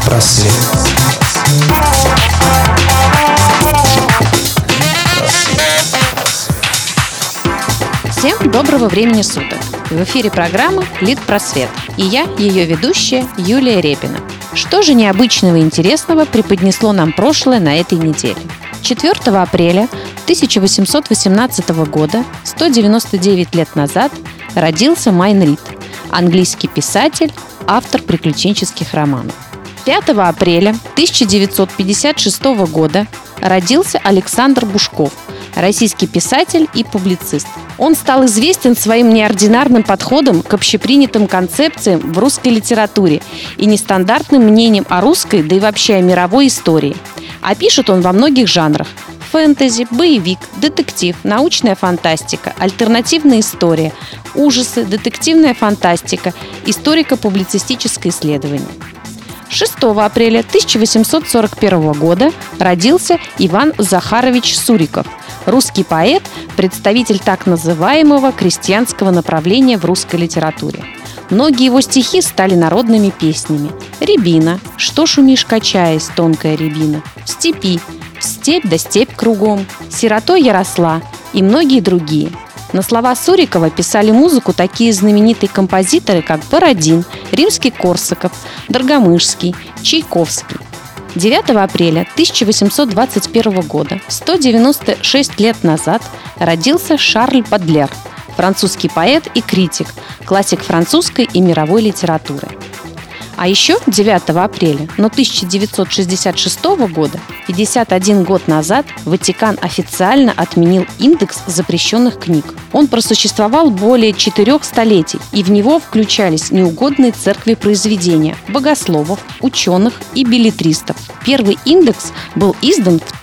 Литпросвет. Всем доброго времени суток! В эфире программа «Литпросвет» и я, ее ведущая Юлия Репина. Что же необычного и интересного преподнесло нам прошлое на этой неделе? 4 апреля 1818 года, 199 лет назад, родился Майн Рид, английский писатель, автор приключенческих романов. 5 апреля 1956 года родился Александр Бушков, российский писатель и публицист. Он стал известен своим неординарным подходом к общепринятым концепциям в русской литературе и нестандартным мнением о русской, да и вообще о мировой истории. А пишет он во многих жанрах: фэнтези, боевик, детектив, научная фантастика, альтернативная история, ужасы, детективная фантастика, историко-публицистическое исследование. 6 апреля 1841 года родился Иван Захарович Суриков, русский поэт, представитель так называемого крестьянского направления в русской литературе. Многие его стихи стали народными песнями: «Рябина», «Что шумишь, качаясь, тонкая рябина», «В степи», «Степь да степь кругом», «Сиротой я росла» и многие другие. На слова Сурикова писали музыку такие знаменитые композиторы, как Бородин, Римский-Корсаков, Доргомышский, Чайковский. 9 апреля 1821 года, 196 лет назад, родился Шарль Бадлер, французский поэт и критик, классик французской и мировой литературы. А еще 9 апреля, но 1966 года, 51 год назад, Ватикан официально отменил индекс запрещенных книг. Он просуществовал более 4 столетий, и в него включались неугодные церкви произведения богословов, ученых и беллетристов. Первый индекс был издан в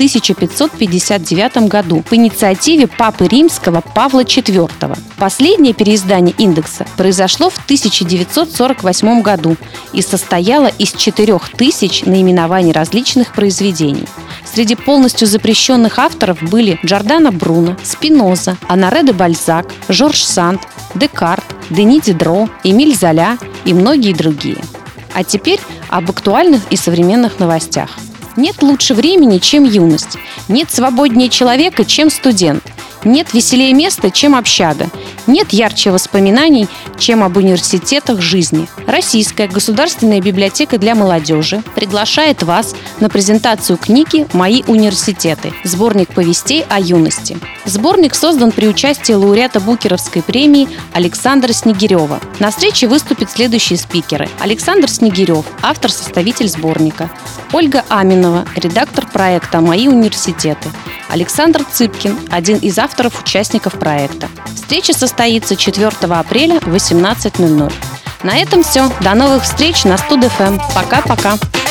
1559 году по инициативе Папы Римского Павла IV. Последнее переиздание индекса произошло в 1948 году и состояла из 4000 наименований различных произведений. Среди полностью запрещенных авторов были Джордано Бруно, Спиноза, Оноре де Бальзак, Жорж Санд, Декарт, Дени Дидро, Эмиль Золя и многие другие. А теперь об актуальных и современных новостях. Нет лучше времени, чем юность. Нет свободнее человека, чем студент. Нет веселее места, чем общага. Нет ярче воспоминаний, чем об университетах жизни. Российская государственная библиотека для молодежи приглашает вас на презентацию книги «Мои университеты» – сборник повестей о юности. Сборник создан при участии лауреата Букеровской премии Александра Снегирева. На встрече выступят следующие спикеры: Александр Снегирев, автор-составитель сборника; Ольга Аминова, редактор проекта «Мои университеты», Александр Цыпкин, один из авторов-участников проекта. Встреча состоится 4 апреля в 18:00. На этом все. До новых встреч на Студ.ФМ. Пока-пока.